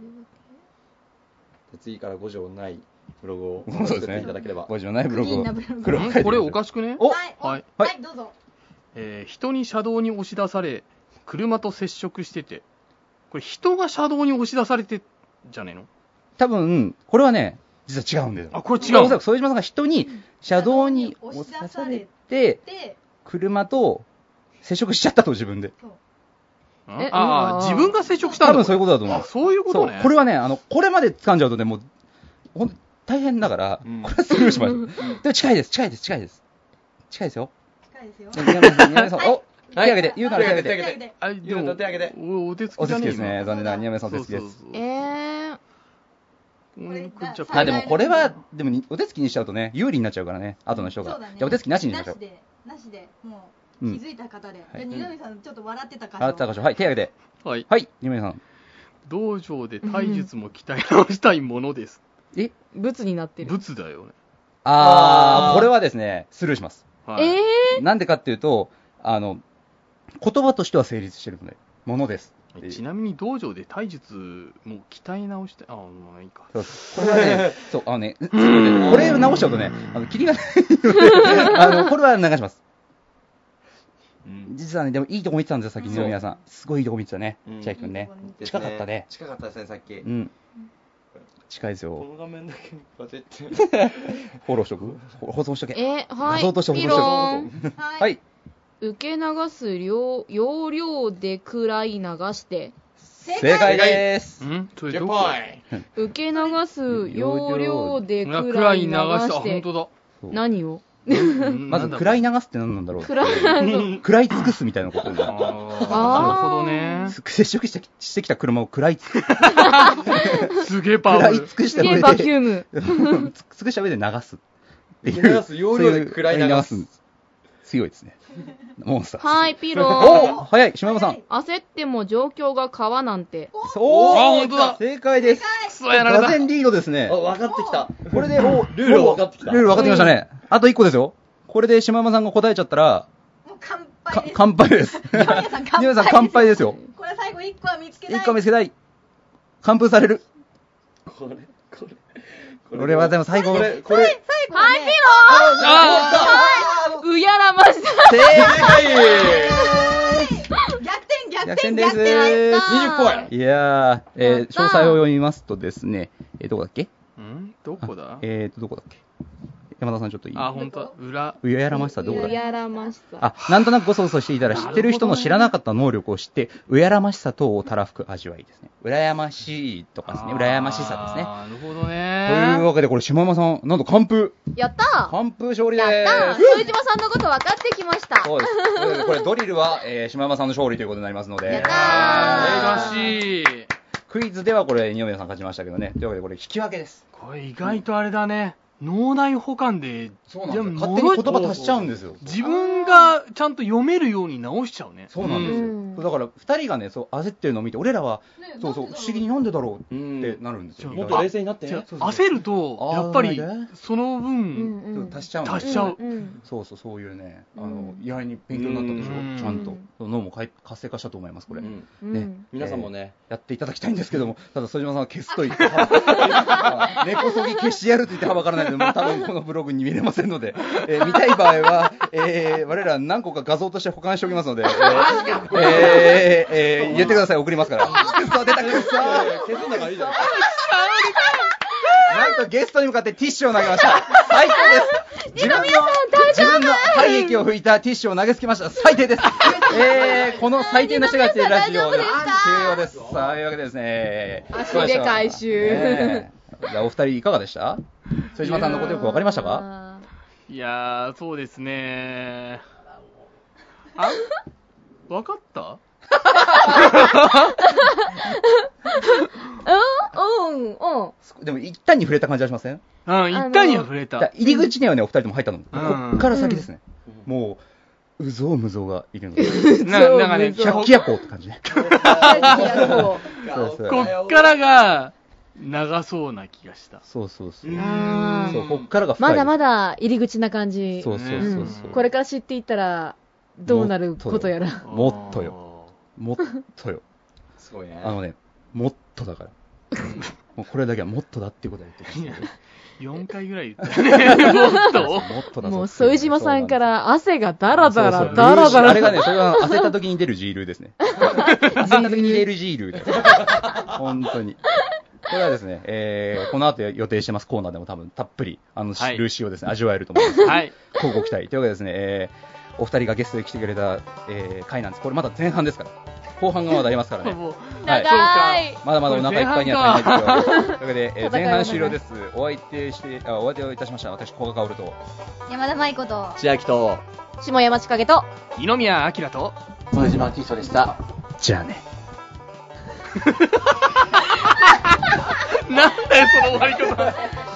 次から5条ないブログを
作って
いただければ。
5条ないブログを。
これおかしくね？
はい、どうぞ。
人に車道に押し出され、車と接触してて、これ人が車道に押し出されてじゃねえの？
多分、これはね、実は違うんだよ。
あ、これ違う。
おそらく副島さんが人に車道に押し出されて、車と接触しちゃったと自分で。
自分が接触したんだ。
多分そういうことだと思う。
そういうことね。
これはね、これまで掴んじゃうとね、もう、ほんと大変だから、これはスルーします。でも近いですよ。近いですよ。宮根さん、お、手挙げて、言うなら手挙げて。
でも、手挙げて。お手つきじゃねえ
ですね。残念ながら宮根さんお手つきです。でもこれは、でもお手つきにしちゃうとね、有利になっちゃうからね、後の人が。じゃあお手つきなしにしましょう。
なしで、もう気づいた方で。二宮さんちょっと笑ってたから。
はい、手挙げて。はい、二宮さん。
道場で体術も鍛え直したいものです。
仏になってる。
仏だよね。
これはですね、スルーします。
な
んでかっていうと、言葉としては成立してるものです。
ちなみに道場で体術も鍛え直して、もういいか。
これはね、これ直しちゃうとね、キリがないので、これは流します。実はね、でもいいとこ見てたんですよ、さっき二宮さん。すごいいいとこ見てたね、千秋君ね。近かったね。
近かったですね、さっき。
近いですよ。
この画面だけバテって。
フォローしとく？保存しとけ。
はい。
画像として保存しとく。はい。
受け流す要領でくらい流して。
正解です。
10ポイント。
受け流す要領でくらい流して。
本当だ。
何を？
まず、食らい流すって何なんだろう。食らい尽くすみたいなことだ。
なるほどね。
接触してきた車を食らい尽くす。
すげえパワフル。
すげえバキューム。
尽くした上で流す。
流す要領で食らい流す。
強いですね。モンスター。
はい、ピロー。
早い、島山さん。
焦っても状況が川なんて。
本当だ。正解です。俄然リードですね。
分かってきた。
これで、
ルール分かってきた。
ルール分かってきましたね。あと1個ですよ。これで島山さんが答えちゃったら、乾杯です。皆さん乾杯ですよ。
これ最後1個は見つけたい。
1個見つけたい。完封される。これはでも最後。
はい、ピロー。うやらました。
正解。
逆転
です。
20ポイント。
いやー、詳細を読みますとですね、どこだっけ？
どこだ？
どこだっけ？山田さんちょっといい？
本当だ。
うやらましさどこだ？
うやらましさ。
なんとなくごそごそしていたら知ってる人の知らなかった能力を知って、うやらましさ等をたらふく味わいですね。羨ましいとかですね。羨ましさですね。
なるほどね。
というわけでこれ島山さん、なんと完封。
やったー。
完封勝利でーす。
やったー。副島さんのこと分かってきました。
そうです。これドリルは、島山さんの勝利ということになりますので。
やったー。
らしい。
クイズではこれ二宮さん勝ちましたけどね。というわけでこれ引き分けです。
これ意外とあれだね。脳内補完で、
勝手に言葉足しちゃうんですよ。
自分がちゃんと読めるように直しちゃうね。
そうなんですよ。だから二人がね、焦ってるのを見て、俺らは不思議になんでだろうってなるんですよ。
もっと冷静になって。
焦るとやっぱりその分
足しちゃう。そういうね、意外に勉強になったでしょ。ちゃんと脳も活性化したと思いますこれ。ね、
皆さんもね
やっていただきたいんですけども、ただ副島さんは消すと言って根こそぎ消してやると言ってはばからないので、もう多分このブログに見れませんので、見たい場合は我ら何個か画像として保管しておきますので、 言ってください、送りますから。くそ、出たくそ。
消すんだからいいじゃん。
なんとゲストに向かってティッシュを投げました。最低です。自分の体液を拭いたティッシュを投げつけました。最低です。この最低な人がやっているラジオで終了です。そういうわけでですね。
足で回収。
じゃあお二人いかがでした？副島さんのことよくわかりましたか？
いやー、そうですね。わかった？
でも一旦に触れた感じはしません？
一旦には触れた。
入り口にはね、お二人とも入ったの。こっから先ですね。もう、うぞうむぞうがいるので。
なんかね、
百鬼夜行って感じね。
こっからが、長そうな気がした。
そう。そう、こっからが深い。
まだまだ入り口な感じ。
そう。
これから知っていったら、どうなることやら。
もっとよ。
すごいね。
もっとだから。もうこれだけはもっとだっていうことを言ってます。
4回ぐらい言ったね。もっと
もう、副島さんから汗がダラダラ。
あれがね、それは焦った時に出る G ルーですね。焦った時に出る G ルーです。本当に。これはですね、この後予定してますコーナーでも多分たっぷり、ルーシーをですね、味わえると思います。
はい。
乞うご期待。というわけでですね、お二人がゲストで来てくれた、回なんです。これまだ前半ですから。後半がまだありますからね。
長い。
まだまだお腹いっぱいには足りないですよ。というわけで、前半終了です。お相手をいたしました。私、古賀薫と。
山田舞子と。
千秋と。
下山千景と。
二宮明と。
副島ティーソでした。
じゃあね。
なんだよ、その終わり方。